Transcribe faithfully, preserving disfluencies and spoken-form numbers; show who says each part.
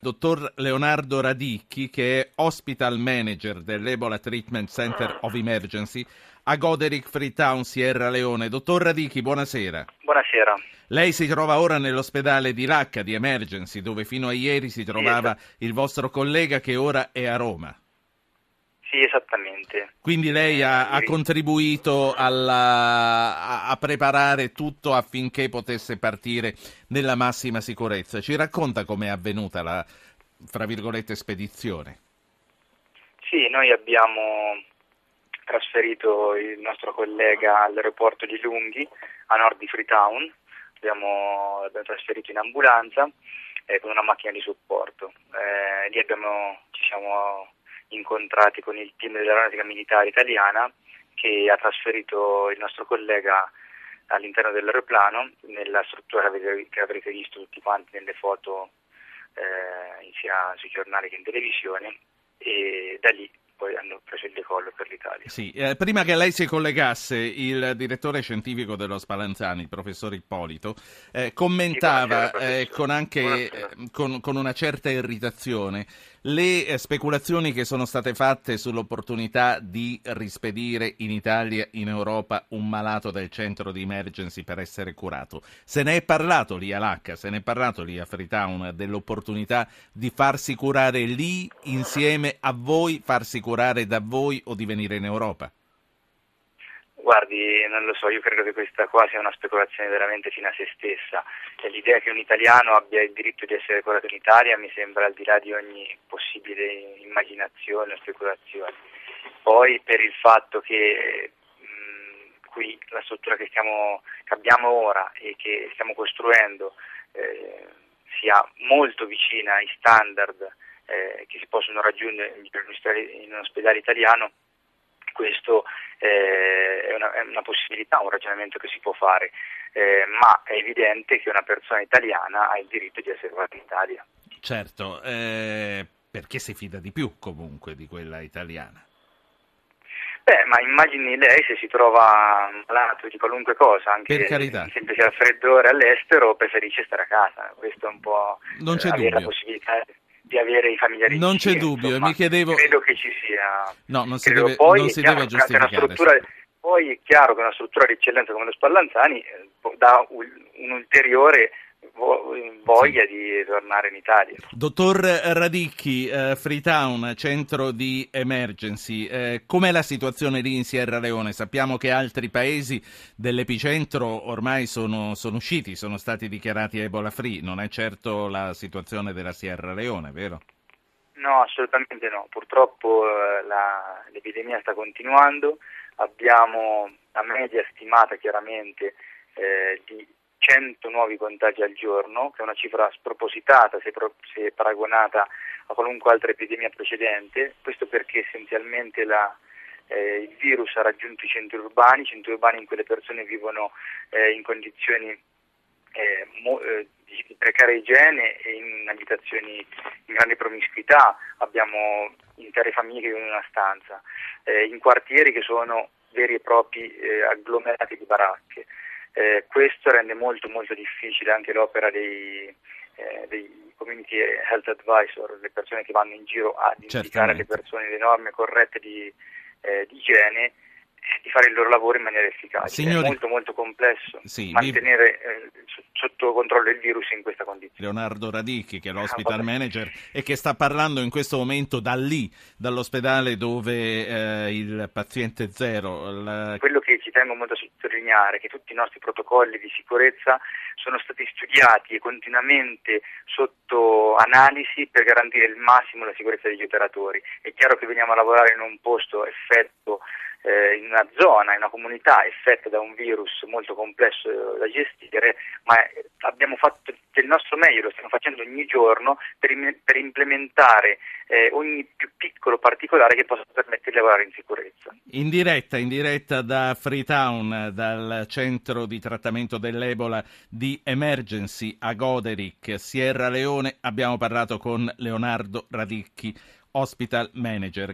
Speaker 1: Dottor Leonardo Radicchi, che è Hospital Manager dell'Ebola Treatment Center of Emergency a Goderic, Freetown, Sierra Leone. Dottor Radicchi, buonasera.
Speaker 2: Buonasera.
Speaker 1: Lei si trova ora nell'ospedale di Lacca, di Emergency, dove fino a ieri si trovava
Speaker 2: Sì,
Speaker 1: il vostro collega che ora è a Roma.
Speaker 2: sì, esattamente.
Speaker 1: Quindi lei ha, ha contribuito alla, a, a preparare tutto affinché potesse partire nella massima sicurezza. Ci racconta com'è avvenuta la, fra virgolette, spedizione?
Speaker 2: Sì, noi abbiamo trasferito il nostro collega all'aeroporto di Lunghi, a nord di Freetown. Abbiamo, l'abbiamo trasferito in ambulanza eh, con una macchina di supporto. Eh, lì abbiamo, ci siamo incontrati con il team dell'aeronautica militare italiana che ha trasferito il nostro collega all'interno dell'aeroplano nella struttura che avrete, che avrete visto tutti quanti nelle foto eh, sia sui giornali che in televisione, e da lì poi hanno preso il decollo per l'Italia.
Speaker 1: Sì, eh, prima che lei si collegasse, il direttore scientifico dello Spallanzani, il professor Ippolito, eh, commentava
Speaker 2: Sì, buonasera,
Speaker 1: eh, con anche eh, con, con una certa irritazione le eh, speculazioni che sono state fatte sull'opportunità di rispedire in Italia, in Europa, un malato del centro di emergency per essere curato. Se ne è parlato lì a Lacca, se ne è parlato lì a Freetown dell'opportunità di farsi curare lì insieme a voi, farsi curare da voi o di venire in Europa?
Speaker 2: Guardi, non lo so, io credo che questa qua sia una speculazione veramente fine a se stessa. E l'idea che un italiano abbia il diritto di essere curato in Italia mi sembra al di là di ogni possibile immaginazione o speculazione. Poi per il fatto che mh, qui la struttura che, stiamo, che abbiamo ora e che stiamo costruendo eh, sia molto vicina ai standard eh, che si possono raggiungere in un ospedale italiano, questo eh, è, una, è una possibilità, un ragionamento che si può fare, eh, ma è evidente che una persona italiana ha il diritto di essere curata in Italia.
Speaker 1: Certo, eh, perché si fida di più comunque di quella italiana.
Speaker 2: Beh, ma immagini lei se si trova malato di qualunque cosa, anche
Speaker 1: Per carità.
Speaker 2: il semplice raffreddore all'estero, preferisce stare a casa. Questo è un po'
Speaker 1: Non c'è
Speaker 2: eh, avere
Speaker 1: dubbio.
Speaker 2: la possibilità di avere i familiari
Speaker 1: Non c'è
Speaker 2: vicini,
Speaker 1: dubbio,
Speaker 2: insomma,
Speaker 1: mi chiedevo...
Speaker 2: credo che ci sia.
Speaker 1: No, non si
Speaker 2: credo.
Speaker 1: deve,
Speaker 2: Poi
Speaker 1: non
Speaker 2: è
Speaker 1: si
Speaker 2: chiaro
Speaker 1: deve
Speaker 2: che una
Speaker 1: giustificare.
Speaker 2: struttura, poi è chiaro che una struttura di eccellenza come lo Spallanzani eh, dà un, un ulteriore vo- voglia
Speaker 1: Sì.
Speaker 2: di tornare in Italia.
Speaker 1: Dottor Radicchi, eh, Freetown, centro di emergency, eh, com'è la situazione lì in Sierra Leone? Sappiamo che altri paesi dell'epicentro ormai sono, sono usciti, sono stati dichiarati Ebola free, non è certo la situazione della Sierra Leone, vero?
Speaker 2: No, assolutamente no. Purtroppo eh, la, l'epidemia sta continuando, abbiamo la media stimata chiaramente eh, di cento nuovi contagi al giorno, che è una cifra spropositata se, pro- se paragonata a qualunque altra epidemia precedente. Questo perché essenzialmente la, eh, il virus ha raggiunto i centri urbani, centri urbani in cui le persone vivono eh, in condizioni eh, mo- eh, di precaria igiene e in abitazioni in grande promiscuità. Abbiamo intere famiglie che vivono in una stanza, eh, in quartieri che sono veri e propri eh, agglomerati di baracche. Eh, questo rende molto molto difficile anche l'opera dei, eh, dei community health advisor, le persone che vanno in giro ad indicare alle persone le norme corrette di, eh, di igiene, di fare il loro lavoro in maniera efficace.
Speaker 1: Signori,
Speaker 2: è molto molto complesso
Speaker 1: sì,
Speaker 2: mantenere eh, sotto controllo il virus in questa condizione.
Speaker 1: Leonardo Radicchi, che è l'hospital
Speaker 2: Ah,
Speaker 1: manager e che sta parlando in questo momento da lì, dall'ospedale dove eh, il paziente zero... La...
Speaker 2: Quello che ci tengo molto a sottolineare è che tutti i nostri protocolli di sicurezza sono stati studiati e continuamente sotto analisi per garantire il massimo la sicurezza degli operatori. È chiaro che veniamo a lavorare in un posto effetto, eh, in una zona, in una comunità effetta da un virus molto complesso da gestire, ma abbiamo fatto del nostro meglio, lo stiamo facendo ogni giorno per, per implementare eh, ogni più piccolo particolare che possa permettere di lavorare in sicurezza.
Speaker 1: In diretta, in diretta da Freetown, dal centro di trattamento dell'Ebola di Emergency a Goderic, Sierra Leone, abbiamo parlato con Leonardo Radicchi, Hospital Manager.